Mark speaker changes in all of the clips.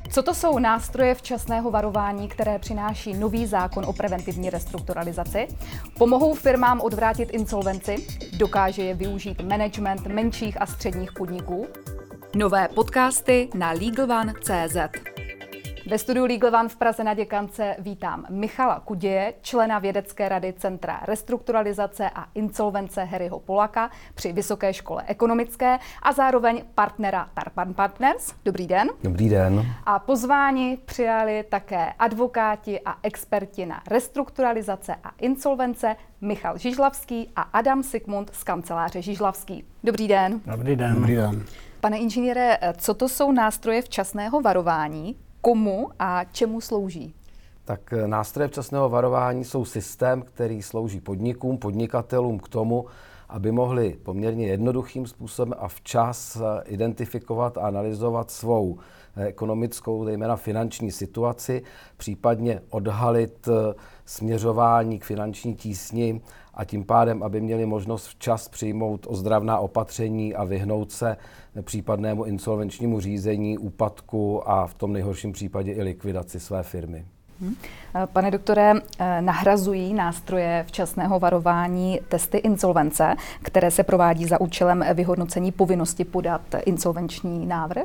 Speaker 1: Co to jsou nástroje včasného varování, které přináší nový zákon o preventivní restrukturalizaci? Pomohou firmám odvrátit insolvenci? Dokáže je využít management menších a středních podniků? Nové podcasty na LegalOne.cz. Ve studiu LegalOne v Praze na Děkance vítám Michala Kuděje, člena vědecké rady Centra restrukturalizace a insolvence Harryho Polaka při Vysoké škole ekonomické a zároveň partnera Tarpan Partners. Dobrý den.
Speaker 2: Dobrý den.
Speaker 1: A pozvání přijali také advokáti a experti na restrukturalizace a insolvence Michal Žižlavský a Adam Sigmund z kanceláře Žižlavský. Dobrý den.
Speaker 3: Dobrý den.
Speaker 2: Dobrý den.
Speaker 1: Pane inženýre, co to jsou nástroje včasného varování? Komu a čemu slouží?
Speaker 2: Tak nástroje včasného varování jsou systém, který slouží podnikům, podnikatelům k tomu, aby mohli poměrně jednoduchým způsobem a včas identifikovat a analyzovat svou ekonomickou, zejména finanční situaci, případně odhalit směřování k finanční tísni a tím pádem, aby měli možnost včas přijmout ozdravná opatření a vyhnout se případnému insolvenčnímu řízení, úpadku a v tom nejhorším případě i likvidaci své firmy.
Speaker 1: Pane doktore, nahrazují nástroje včasného varování testy insolvence, které se provádí za účelem vyhodnocení povinnosti podat insolvenční návrh?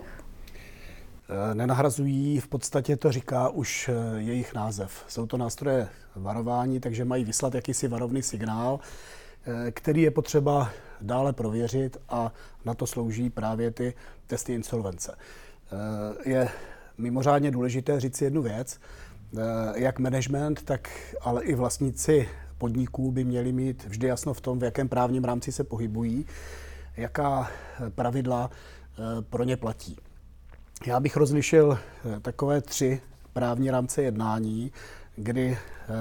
Speaker 3: Nenahrazují, v podstatě to říká už jejich název. Jsou to nástroje varování, takže mají vyslat jakýsi varovný signál, který je potřeba dále prověřit a na to slouží právě ty testy insolvence. Je mimořádně důležité říct si jednu věc, jak management, tak ale i vlastníci podniků by měli mít vždy jasno v tom, v jakém právním rámci se pohybují, jaká pravidla pro ně platí. Já bych rozlišil takové 3 právní rámce jednání, kdy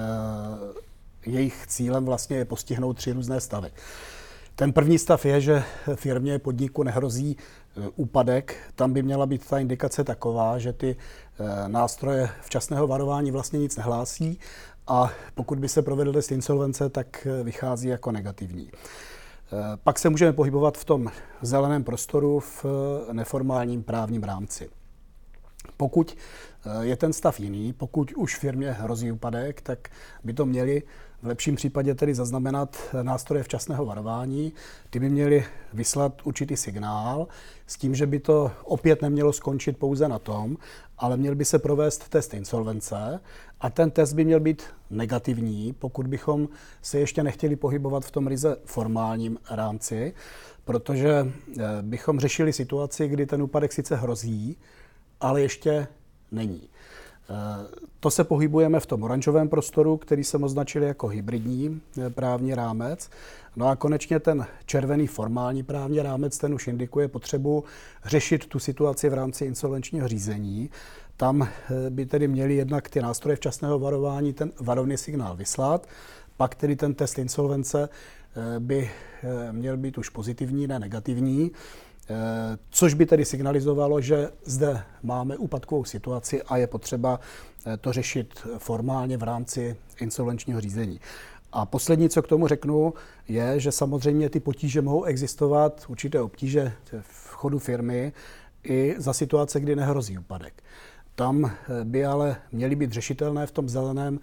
Speaker 3: jejich cílem vlastně je postihnout 3 různé stavy. Ten první stav je, že firmě, podniku nehrozí úpadek. Tam by měla být ta indikace taková, že ty nástroje včasného varování vlastně nic nehlásí a pokud by se provedl test insolvence, tak vychází jako negativní. Pak se můžeme pohybovat v tom zeleném prostoru v neformálním právním rámci. Pokud je ten stav jiný, pokud už firmě hrozí úpadek, tak by to měli v lepším případě tedy zaznamenat nástroje včasného varování. Ty by měly vyslat určitý signál s tím, že by to opět nemělo skončit pouze na tom, ale měl by se provést test insolvence a ten test by měl být negativní, pokud bychom se ještě nechtěli pohybovat v tom ryze formálním rámci, protože bychom řešili situaci, kdy ten úpadek sice hrozí, ale ještě není. To se pohybujeme v tom oranžovém prostoru, který jsem označil jako hybridní právní rámec. No a konečně ten červený formální právní rámec, ten už indikuje potřebu řešit tu situaci v rámci insolvenčního řízení. Tam by tedy měli jednak ty nástroje včasného varování ten varovný signál vyslat, pak tedy ten test insolvence by měl být už pozitivní, ne negativní, což by tedy signalizovalo, že zde máme úpadkovou situaci a je potřeba to řešit formálně v rámci insolvenčního řízení. A poslední, co k tomu řeknu, je, že samozřejmě ty potíže mohou existovat, určité obtíže v chodu firmy i za situace, kdy nehrozí úpadek. Tam by ale měly být řešitelné v tom zeleném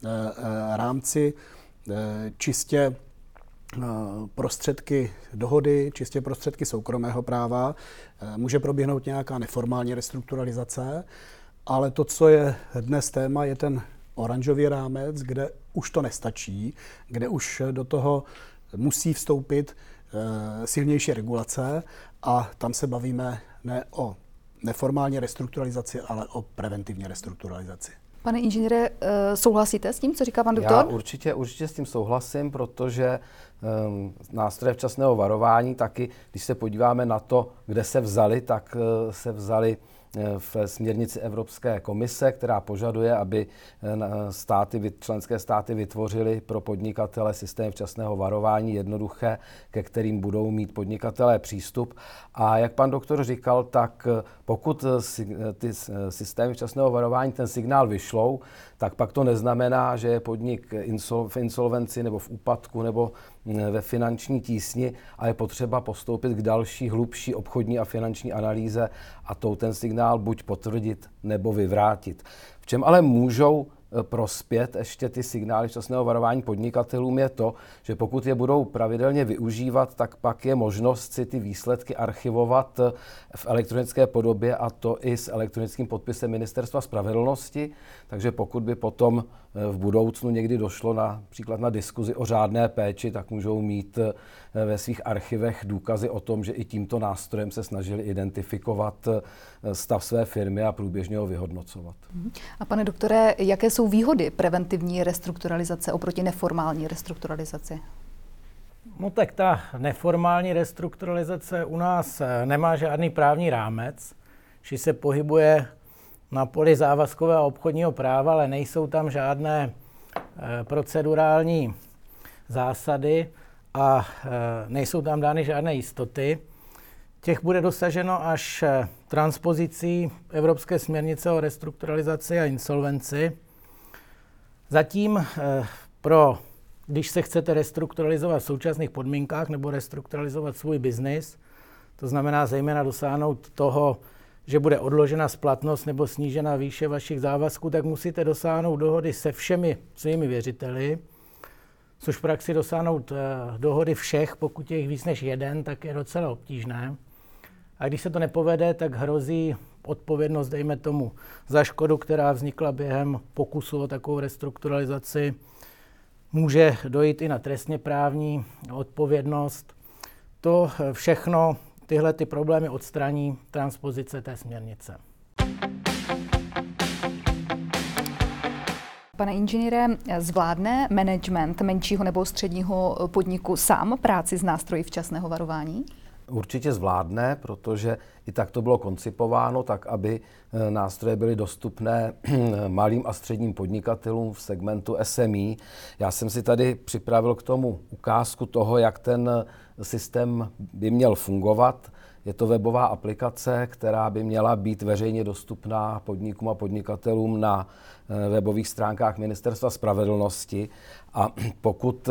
Speaker 3: rámci čistě prostředky dohody, čistě prostředky soukromého práva. Může proběhnout nějaká neformální restrukturalizace, ale to, co je dnes téma, je ten oranžový rámec, kde už to nestačí, kde už do toho musí vstoupit silnější regulace a tam se bavíme ne o neformální restrukturalizaci, ale o preventivní restrukturalizaci.
Speaker 1: Pane inženýre, souhlasíte s tím, co říká pan doktor?
Speaker 2: Já určitě s tím souhlasím, protože nástroje včasného varování taky, když se podíváme na to, kde se vzaly, tak se vzaly v směrnici Evropské komise, která požaduje, aby členské státy vytvořily pro podnikatele systém včasného varování jednoduché, ke kterým budou mít podnikatelé přístup. A jak pan doktor říkal, tak pokud ty systémy včasného varování ten signál vyšlou, tak pak to neznamená, že je podnik v insolvenci nebo v úpadku nebo ve finanční tísni a je potřeba postoupit k další, hlubší obchodní a finanční analýze a tou ten signál buď potvrdit nebo vyvrátit. V čem ale můžou prospět ještě ty signály včasného varování podnikatelům je to, že pokud je budou pravidelně využívat, tak pak je možnost si ty výsledky archivovat v elektronické podobě a to i s elektronickým podpisem Ministerstva spravedlnosti. Takže pokud by potom v budoucnu někdy došlo například na diskuzi o řádné péči, tak můžou mít ve svých archivech důkazy o tom, že i tímto nástrojem se snažili identifikovat stav své firmy a průběžně ho vyhodnocovat.
Speaker 1: A pane doktore, jaké jsou výhody preventivní restrukturalizace oproti neformální restrukturalizaci?
Speaker 4: No tak ta neformální restrukturalizace u nás nemá žádný právní rámec, že se pohybuje na poli závazkového obchodního práva, ale nejsou tam žádné procedurální zásady a nejsou tam dány žádné jistoty. Těch bude dosaženo až transpozicí Evropské směrnice o restrukturalizaci a insolvenci. Zatím když se chcete restrukturalizovat v současných podmínkách nebo restrukturalizovat svůj biznis, to znamená zejména dosáhnout toho, že bude odložena splatnost nebo snížena výše vašich závazků, tak musíte dosáhnout dohody se všemi svými věřiteli, což v praxi dosáhnout dohody všech, pokud je jich víc než jeden, tak je docela obtížné. A když se to nepovede, tak hrozí odpovědnost, dejme tomu, za škodu, která vznikla během pokusu o takovou restrukturalizaci. Může dojít i na trestně právní odpovědnost. To všechno, tyhle ty problémy odstraní transpozice té směrnice.
Speaker 1: Pane inženýre, zvládne management menšího nebo středního podniku sám práci s nástroji včasného varování?
Speaker 2: Určitě zvládne, protože i tak to bylo koncipováno, tak aby nástroje byly dostupné malým a středním podnikatelům v segmentu SME. Já jsem si tady připravil k tomu ukázku toho, jak ten systém by měl fungovat. Je to webová aplikace, která by měla být veřejně dostupná podnikům a podnikatelům na webových stránkách Ministerstva spravedlnosti. A pokud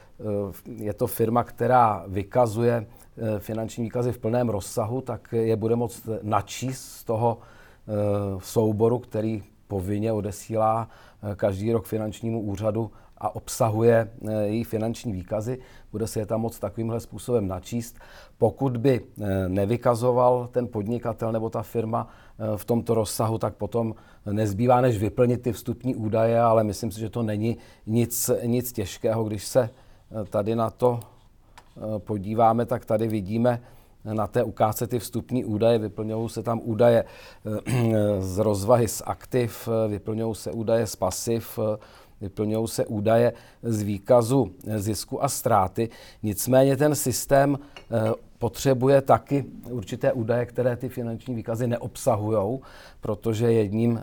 Speaker 2: je to firma, která vykazuje finanční výkazy v plném rozsahu, tak je bude moct načíst z toho souboru, který povinně odesílá každý rok finančnímu úřadu a obsahuje její finanční výkazy. Bude se je tam moct takovýmhle způsobem načíst. Pokud by nevykazoval ten podnikatel nebo ta firma v tomto rozsahu, tak potom nezbývá, než vyplnit ty vstupní údaje, ale myslím si, že to není nic těžkého. Když se tady na to podíváme, tak tady vidíme na té ukázce ty vstupní údaje, vyplňují se tam údaje z rozvahy z aktiv, vyplňují se údaje z pasiv, vyplňují se údaje z výkazu zisku a ztráty. Nicméně ten systém potřebuje taky určité údaje, které ty finanční výkazy neobsahují, protože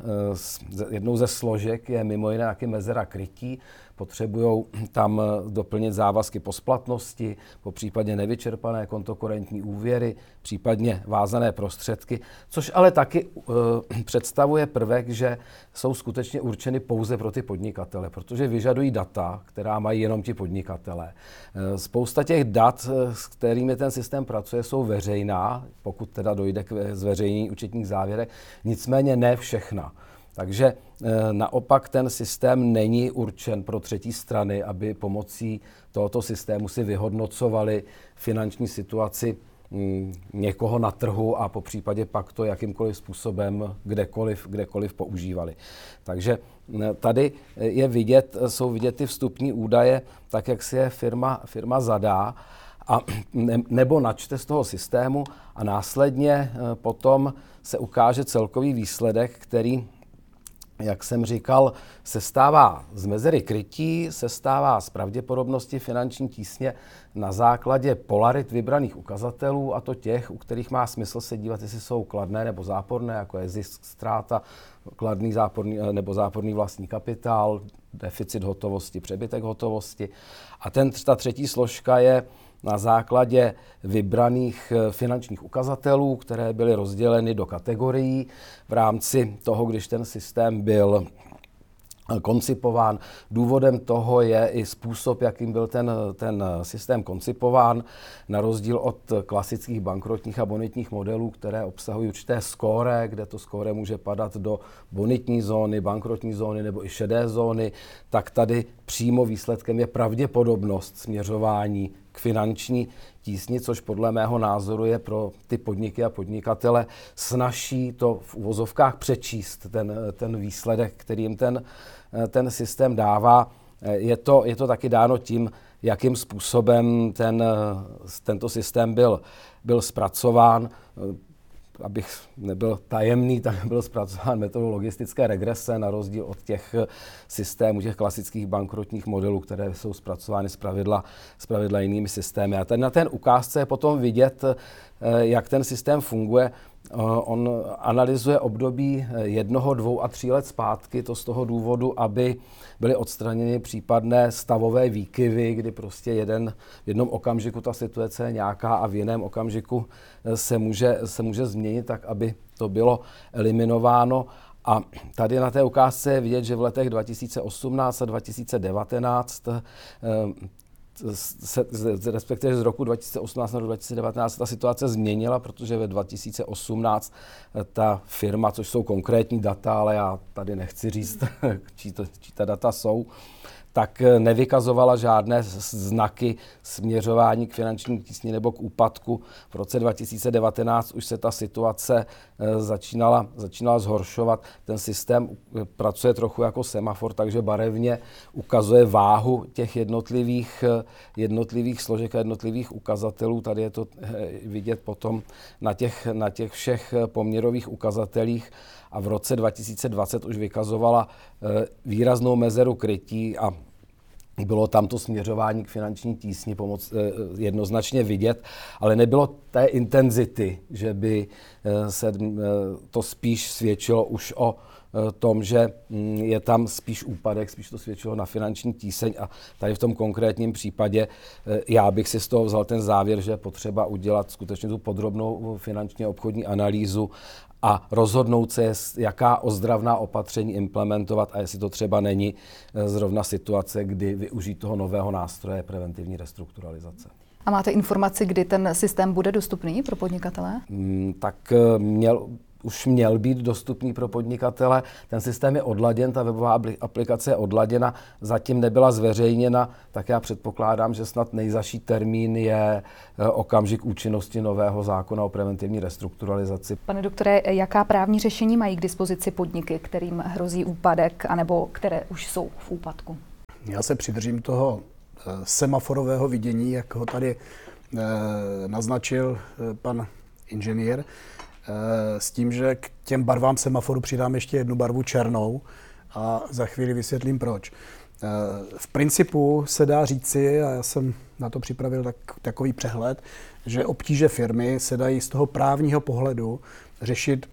Speaker 2: jednou ze složek je mimo jiné taky mezera krytí. Potřebují tam doplnit závazky po splatnosti, po případně nevyčerpané kontokorentní úvěry, případně vázané prostředky, což ale taky představuje prvek, že jsou skutečně určeny pouze pro ty podnikatele, protože vyžadují data, která mají jenom ti podnikatelé. Spousta těch dat, s kterými ten systém pracuje, jsou veřejná, pokud teda dojde k zveřejnění účetních závěrek, nicméně ne všechna. Takže naopak ten systém není určen pro třetí strany, aby pomocí tohoto systému si vyhodnocovali finanční situaci někoho na trhu a po případě pak to jakýmkoliv způsobem kdekoliv používali. Takže tady jsou vidět ty vstupní údaje, tak jak si je firma zadá, nebo načte z toho systému a následně potom se ukáže celkový výsledek, který, jak jsem říkal, sestává z mezery krytí, sestává z pravděpodobnosti finanční tísně na základě polarit vybraných ukazatelů, a to těch, u kterých má smysl se dívat, jestli jsou kladné nebo záporné, jako je zisk, ztráta, kladný nebo záporný vlastní kapitál, deficit hotovosti, přebytek hotovosti. A ta třetí složka je na základě vybraných finančních ukazatelů, které byly rozděleny do kategorií v rámci toho, když ten systém byl koncipován. Důvodem toho je i způsob, jakým byl ten systém koncipován, na rozdíl od klasických bankrotních a bonitních modelů, které obsahují určité skóre, kde to skóre může padat do bonitní zóny, bankrotní zóny nebo i šedé zóny, tak tady přímo výsledkem je pravděpodobnost směřování k finanční tísni, což podle mého názoru je pro ty podniky a podnikatele snazší to v uvozovkách přečíst, ten výsledek, který jim ten systém dává. Je to taky dáno tím, jakým způsobem tento systém byl zpracován. Abych nebyl tajemný, tak byl zpracován metodou logistické regrese na rozdíl od těch systémů, těch klasických bankrotních modelů, které jsou zpracovány zpravidla jinými systémy. A na té ukázce je potom vidět, jak ten systém funguje. On analyzuje období 1, 2 a 3 let zpátky, to z toho důvodu, aby byly odstraněny případné stavové výkyvy, kdy prostě v jednom okamžiku ta situace je nějaká a v jiném okamžiku se může změnit, tak aby to bylo eliminováno. A tady na té ukázce je vidět, že v letech 2018 a 2019 respektive z roku 2018 na 2019 ta situace změnila, protože ve 2018 ta firma, což jsou konkrétní data, ale já tady nechci říct, čí ta data jsou, tak nevykazovala žádné znaky směřování k finanční tísni nebo k úpadku. V roce 2019 už se ta situace začínala zhoršovat. Ten systém pracuje trochu jako semafor, takže barevně ukazuje váhu těch jednotlivých složek a jednotlivých ukazatelů. Tady je to vidět potom na těch všech poměrových ukazatelích. A v roce 2020 už vykazovala výraznou mezeru krytí a bylo tam to směřování k finanční tísni jednoznačně vidět, ale nebylo té intenzity, že by se to spíš svědčilo už o tom, že je tam spíš úpadek, spíš to svědčilo na finanční tíseň a tady v tom konkrétním případě já bych si z toho vzal ten závěr, že je potřeba udělat skutečně tu podrobnou finančně obchodní analýzu a rozhodnout se, jaká ozdravná opatření implementovat a jestli to třeba není zrovna situace, kdy využít toho nového nástroje preventivní restrukturalizace.
Speaker 1: A máte informaci, kdy ten systém bude dostupný pro podnikatele?
Speaker 2: Tak už měl být dostupný pro podnikatele. Ten systém je odladěn, ta webová aplikace je odladěna, zatím nebyla zveřejněna, tak já předpokládám, že snad nejzazší termín je okamžik účinnosti nového zákona o preventivní restrukturalizaci.
Speaker 1: Pane doktore, jaká právní řešení mají k dispozici podniky, kterým hrozí úpadek, anebo které už jsou v úpadku?
Speaker 3: Já se přidržím toho semaforového vidění, jak ho tady naznačil pan inženýr, s tím, že k těm barvám semaforu přidám ještě jednu barvu černou a za chvíli vysvětlím proč. V principu se dá říci, a já jsem na to připravil takový přehled, že obtíže firmy se dají z toho právního pohledu řešit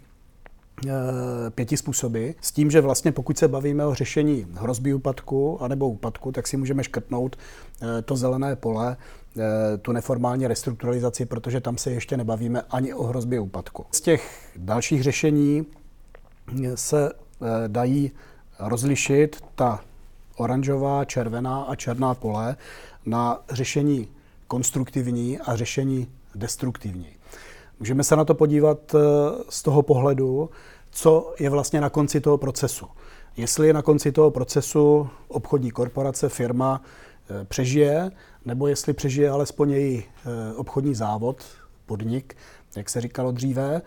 Speaker 3: 5 způsoby, s tím, že vlastně pokud se bavíme o řešení hrozby úpadku anebo úpadku, tak si můžeme škrtnout to zelené pole, tu neformální restrukturalizaci, protože tam se ještě nebavíme ani o hrozbě úpadku. Z těch dalších řešení se dají rozlišit ta oranžová, červená a černá pole na řešení konstruktivní a řešení destruktivní. Můžeme se na to podívat z toho pohledu, co je vlastně na konci toho procesu. Jestli je na konci toho procesu obchodní korporace, firma přežije, nebo jestli přežije alespoň její obchodní závod, podnik, jak se říkalo dříve.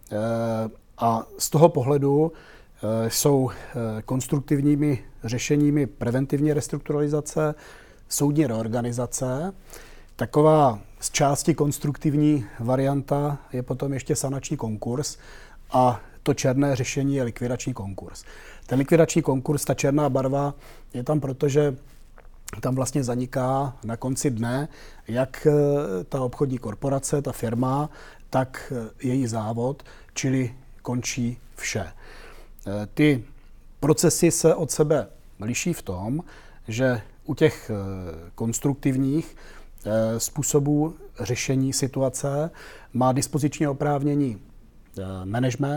Speaker 3: A z toho pohledu jsou konstruktivními řešeními preventivní restrukturalizace, soudní reorganizace. Taková z části konstruktivní varianta je potom ještě sanační konkurs a to černé řešení je likvidační konkurs. Ten likvidační konkurs, ta černá barva je tam proto, že tam vlastně zaniká na konci dne, jak ta obchodní korporace, ta firma, tak její závod, čili končí vše. Ty procesy se od sebe liší v tom, že u těch konstruktivních způsobů řešení situace má dispoziční oprávnění management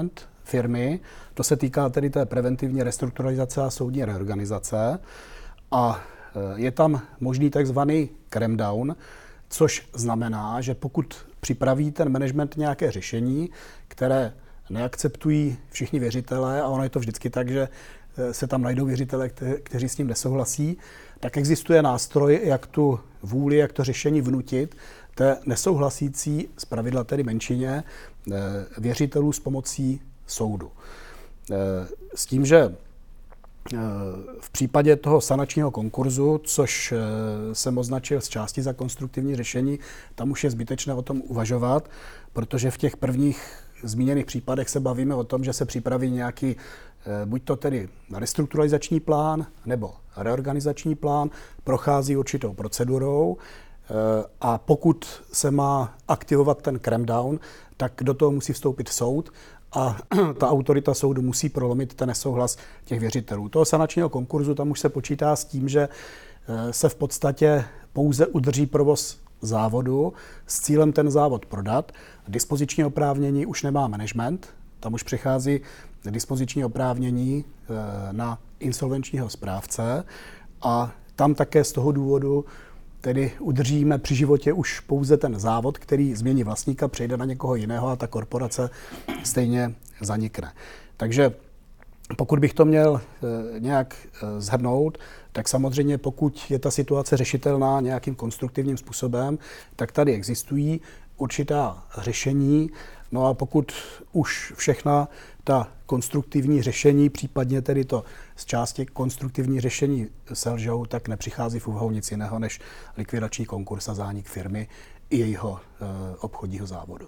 Speaker 3: firmy. To se týká tedy té preventivní restrukturalizace a soudní reorganizace. A je tam možný takzvaný cram down, což znamená, že pokud připraví ten management nějaké řešení, které neakceptují všichni věřitelé, a ono je to vždycky tak, že se tam najdou věřitelé, kteří s tím nesouhlasí, tak existuje nástroj, jak tu vůli, jak to řešení vnutit té nesouhlasící, zpravidla tedy menšině, věřitelů s pomocí soudu. S tím, že v případě toho sanačního konkurzu, což jsem označil z části za konstruktivní řešení, tam už je zbytečné o tom uvažovat, protože v těch prvních zmíněných případech se bavíme o tom, že se připraví nějaký buď to tedy restrukturalizační plán nebo reorganizační plán, prochází určitou procedurou a pokud se má aktivovat ten cram down, tak do toho musí vstoupit soud a ta autorita soudu musí prolomit ten nesouhlas těch věřitelů. Toho sanačního konkurzu tam už se počítá s tím, že se v podstatě pouze udrží provoz závodu s cílem ten závod prodat. Dispoziční oprávnění už nemá management, tam už přichází dispoziční oprávnění na insolvenčního správce a tam také z toho důvodu tedy udržíme při životě už pouze ten závod, který změní vlastníka, přejde na někoho jiného a ta korporace stejně zanikne. Takže pokud bych to měl nějak shrnout, tak samozřejmě pokud je ta situace řešitelná nějakým konstruktivním způsobem, tak tady existují určitá řešení. No a pokud už všechna ta konstruktivní řešení, případně tedy to z části konstruktivní řešení selžou, tak nepřichází v úvahu nic jiného než likvidační konkurs a zánik firmy i jejího obchodního závodu.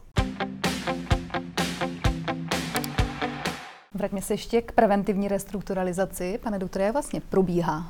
Speaker 1: Vraťme se ještě k preventivní restrukturalizaci. Pane doktore, jak vlastně probíhá?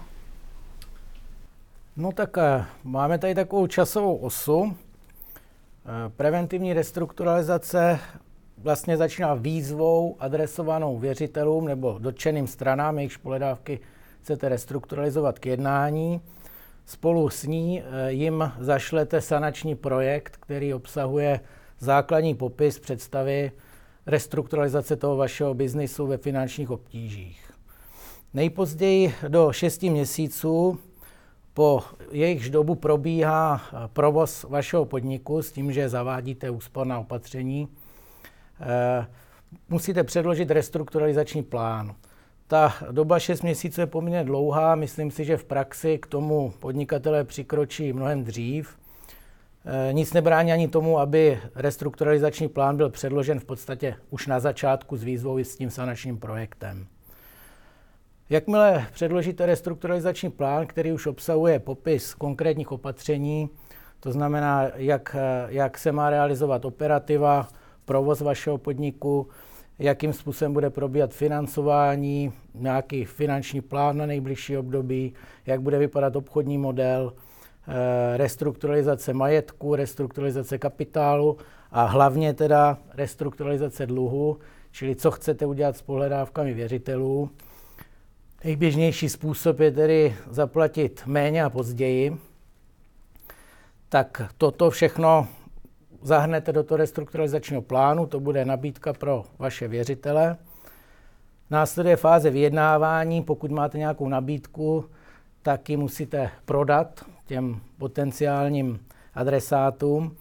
Speaker 4: No tak máme tady takovou časovou osu. Preventivní restrukturalizace vlastně začíná výzvou adresovanou věřitelům nebo dotčeným stranám, jejichž pohledávky chcete restrukturalizovat k jednání. Spolu s ní jim zašlete sanační projekt, který obsahuje základní popis představy restrukturalizace toho vašeho biznisu ve finančních obtížích. Nejpozději do 6 měsíců po jejichž dobu probíhá provoz vašeho podniku s tím, že zavádíte úsporná opatření, musíte předložit restrukturalizační plán. Ta doba 6 měsíců je poměrně dlouhá, myslím si, že v praxi k tomu podnikatelé přikročí mnohem dřív. Nic nebrání ani tomu, aby restrukturalizační plán byl předložen v podstatě už na začátku s výzvou i s tím sanačním projektem. Jakmile předložíte restrukturalizační plán, který už obsahuje popis konkrétních opatření, to znamená, jak se má realizovat operativa, provoz vašeho podniku, jakým způsobem bude probíhat financování, nějaký finanční plán na nejbližší období, jak bude vypadat obchodní model, restrukturalizace majetku, restrukturalizace kapitálu a hlavně teda restrukturalizace dluhu, čili co chcete udělat s pohledávkami věřitelů. Nejběžnější způsob je tedy zaplatit méně a později. Tak toto všechno zahrnete do toho restrukturalizačního plánu, to bude nabídka pro vaše věřitele. Následuje fáze vyjednávání, pokud máte nějakou nabídku, tak ji musíte prodat těm potenciálním adresátům.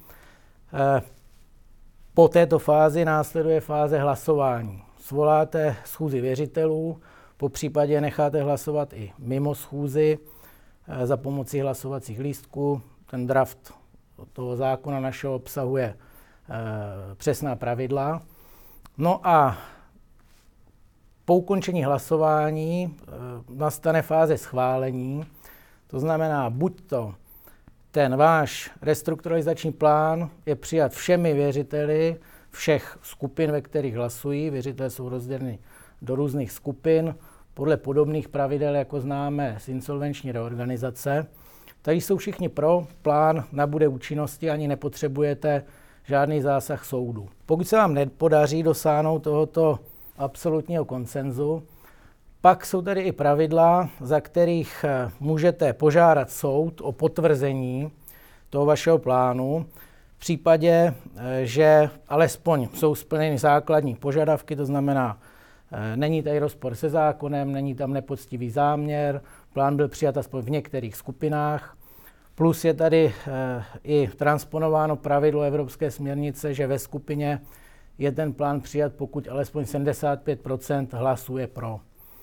Speaker 4: Po této fázi následuje fáze hlasování. Svoláte schůzi věřitelů, popřípadě necháte hlasovat i mimo schůzi za pomocí hlasovacích lístků. Ten draft toho zákona našeho obsahuje přesná pravidla. No a po ukončení hlasování nastane fáze schválení. To znamená, buď to ten váš restrukturalizační plán je přijat všemi věřiteli všech skupin, ve kterých hlasují. Věřitelé jsou rozděleni do různých skupin podle podobných pravidel, jako známe z insolvenční reorganizace. Tady jsou všichni pro, plán nabude účinnosti, ani nepotřebujete žádný zásah soudu. Pokud se vám nepodaří dosáhnout tohoto absolutního konsenzu, pak jsou tady i pravidla, za kterých můžete požádat soud o potvrzení toho vašeho plánu. V případě, že alespoň jsou splněny základní požadavky, to znamená, není tady rozpor se zákonem, není tam nepoctivý záměr, plán byl přijat aspoň v některých skupinách, plus je tady i transponováno pravidlo evropské směrnice, že ve skupině je ten plán přijat, pokud alespoň 75% hlasuje pro.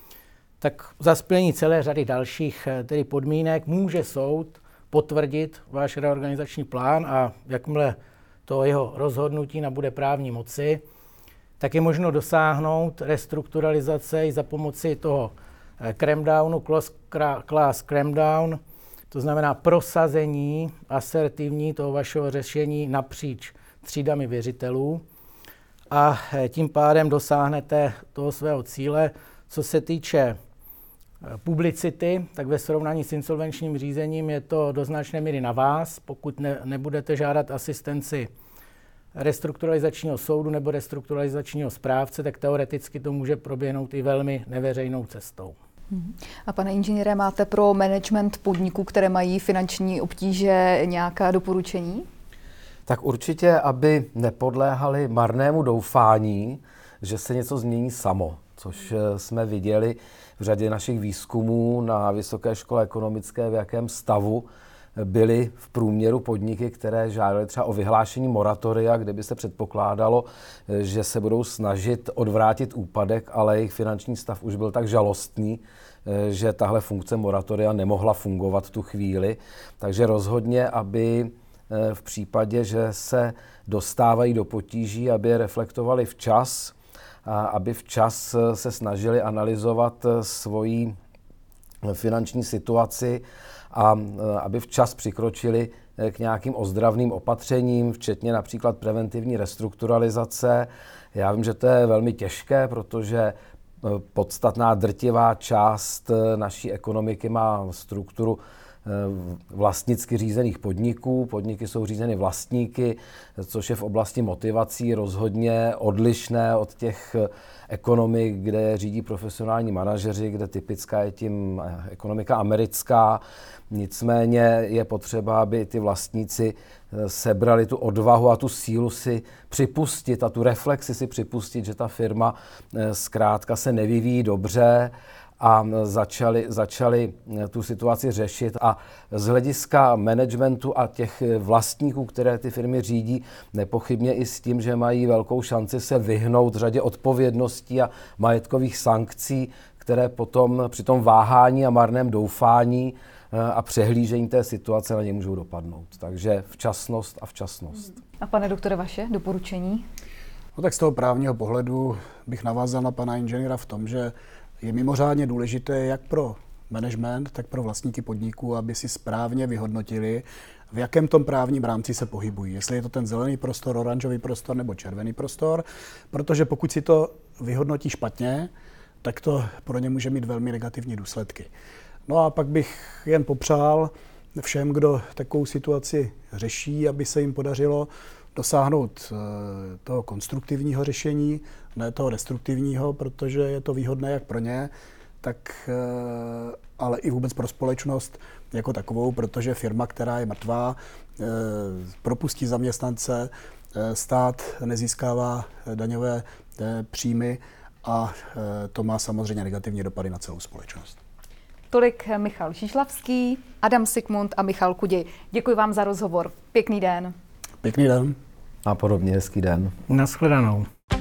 Speaker 4: Tak za splnění celé řady dalších tedy podmínek může soud potvrdit váš reorganizační plán a jakmile to jeho rozhodnutí nabude právní moci, tak je možno dosáhnout restrukturalizace i za pomoci toho cram-downu, class cram-down, to znamená prosazení asertivní toho vašeho řešení napříč třídami věřitelů a tím pádem dosáhnete toho svého cíle. Co se týče publicity, tak ve srovnání s insolvenčním řízením je to do značné míry na vás. Pokud nebudete žádat asistenci restrukturalizačního soudu nebo restrukturalizačního správce, tak teoreticky to může proběhnout i velmi neveřejnou cestou.
Speaker 1: A pane inženýre, máte pro management podniků, které mají finanční obtíže, nějaká doporučení?
Speaker 2: Tak určitě, aby nepodléhali marnému doufání, že se něco změní samo, což jsme viděli v řadě našich výzkumů na Vysoké škole ekonomické, v jakém stavu byly v průměru podniky, které žádaly třeba o vyhlášení moratoria, kde by se předpokládalo, že se budou snažit odvrátit úpadek, ale jejich finanční stav už byl tak žalostný, že tahle funkce moratoria nemohla fungovat v tu chvíli. Takže rozhodně, aby v případě, že se dostávají do potíží, aby je reflektovali včas, a aby včas se snažili analyzovat svoji finanční situaci a aby včas přikročili k nějakým ozdravným opatřením, včetně například preventivní restrukturalizace. Já vím, že to je velmi těžké, protože podstatná drtivá část naší ekonomiky má strukturu vlastnicky řízených podniků. Podniky jsou řízeny vlastníky, což je v oblasti motivací rozhodně odlišné od těch ekonomik, kde řídí profesionální manažeři, kde typická je tím ekonomika americká. Nicméně je potřeba, aby ty vlastníci sebrali tu odvahu a tu sílu si připustit a tu reflexi si připustit, že ta firma zkrátka se nevyvíjí dobře, a začali tu situaci řešit. A z hlediska managementu a těch vlastníků, které ty firmy řídí, nepochybně i s tím, že mají velkou šanci se vyhnout řadě odpovědností a majetkových sankcí, které potom při tom váhání a marném doufání a přehlížení té situace na ně můžou dopadnout. Takže včasnost a včasnost.
Speaker 1: A pane doktore, vaše doporučení?
Speaker 3: No tak z toho právního pohledu bych navázal na pana inženýra v tom, že je mimořádně důležité jak pro management, tak pro vlastníky podniků, aby si správně vyhodnotili, v jakém tom právním rámci se pohybují. Jestli je to ten zelený prostor, oranžový prostor nebo červený prostor, protože pokud si to vyhodnotí špatně, tak to pro ně může mít velmi negativní důsledky. No a pak bych jen popřál všem, kdo takovou situaci řeší, aby se jim podařilo dosáhnout toho konstruktivního řešení, ne toho destruktivního, protože je to výhodné jak pro ně, tak ale i vůbec pro společnost jako takovou, protože firma, která je mrtvá, propustí zaměstnance, stát nezískává daňové příjmy a to má samozřejmě negativní dopady na celou společnost.
Speaker 1: Tolik Michal Žižlavský, Adam Sikmund a Michal Kuděj. Děkuji vám za rozhovor. Pěkný den.
Speaker 3: Pěkný den.
Speaker 2: A podobně hezký den.
Speaker 4: Nashledanou.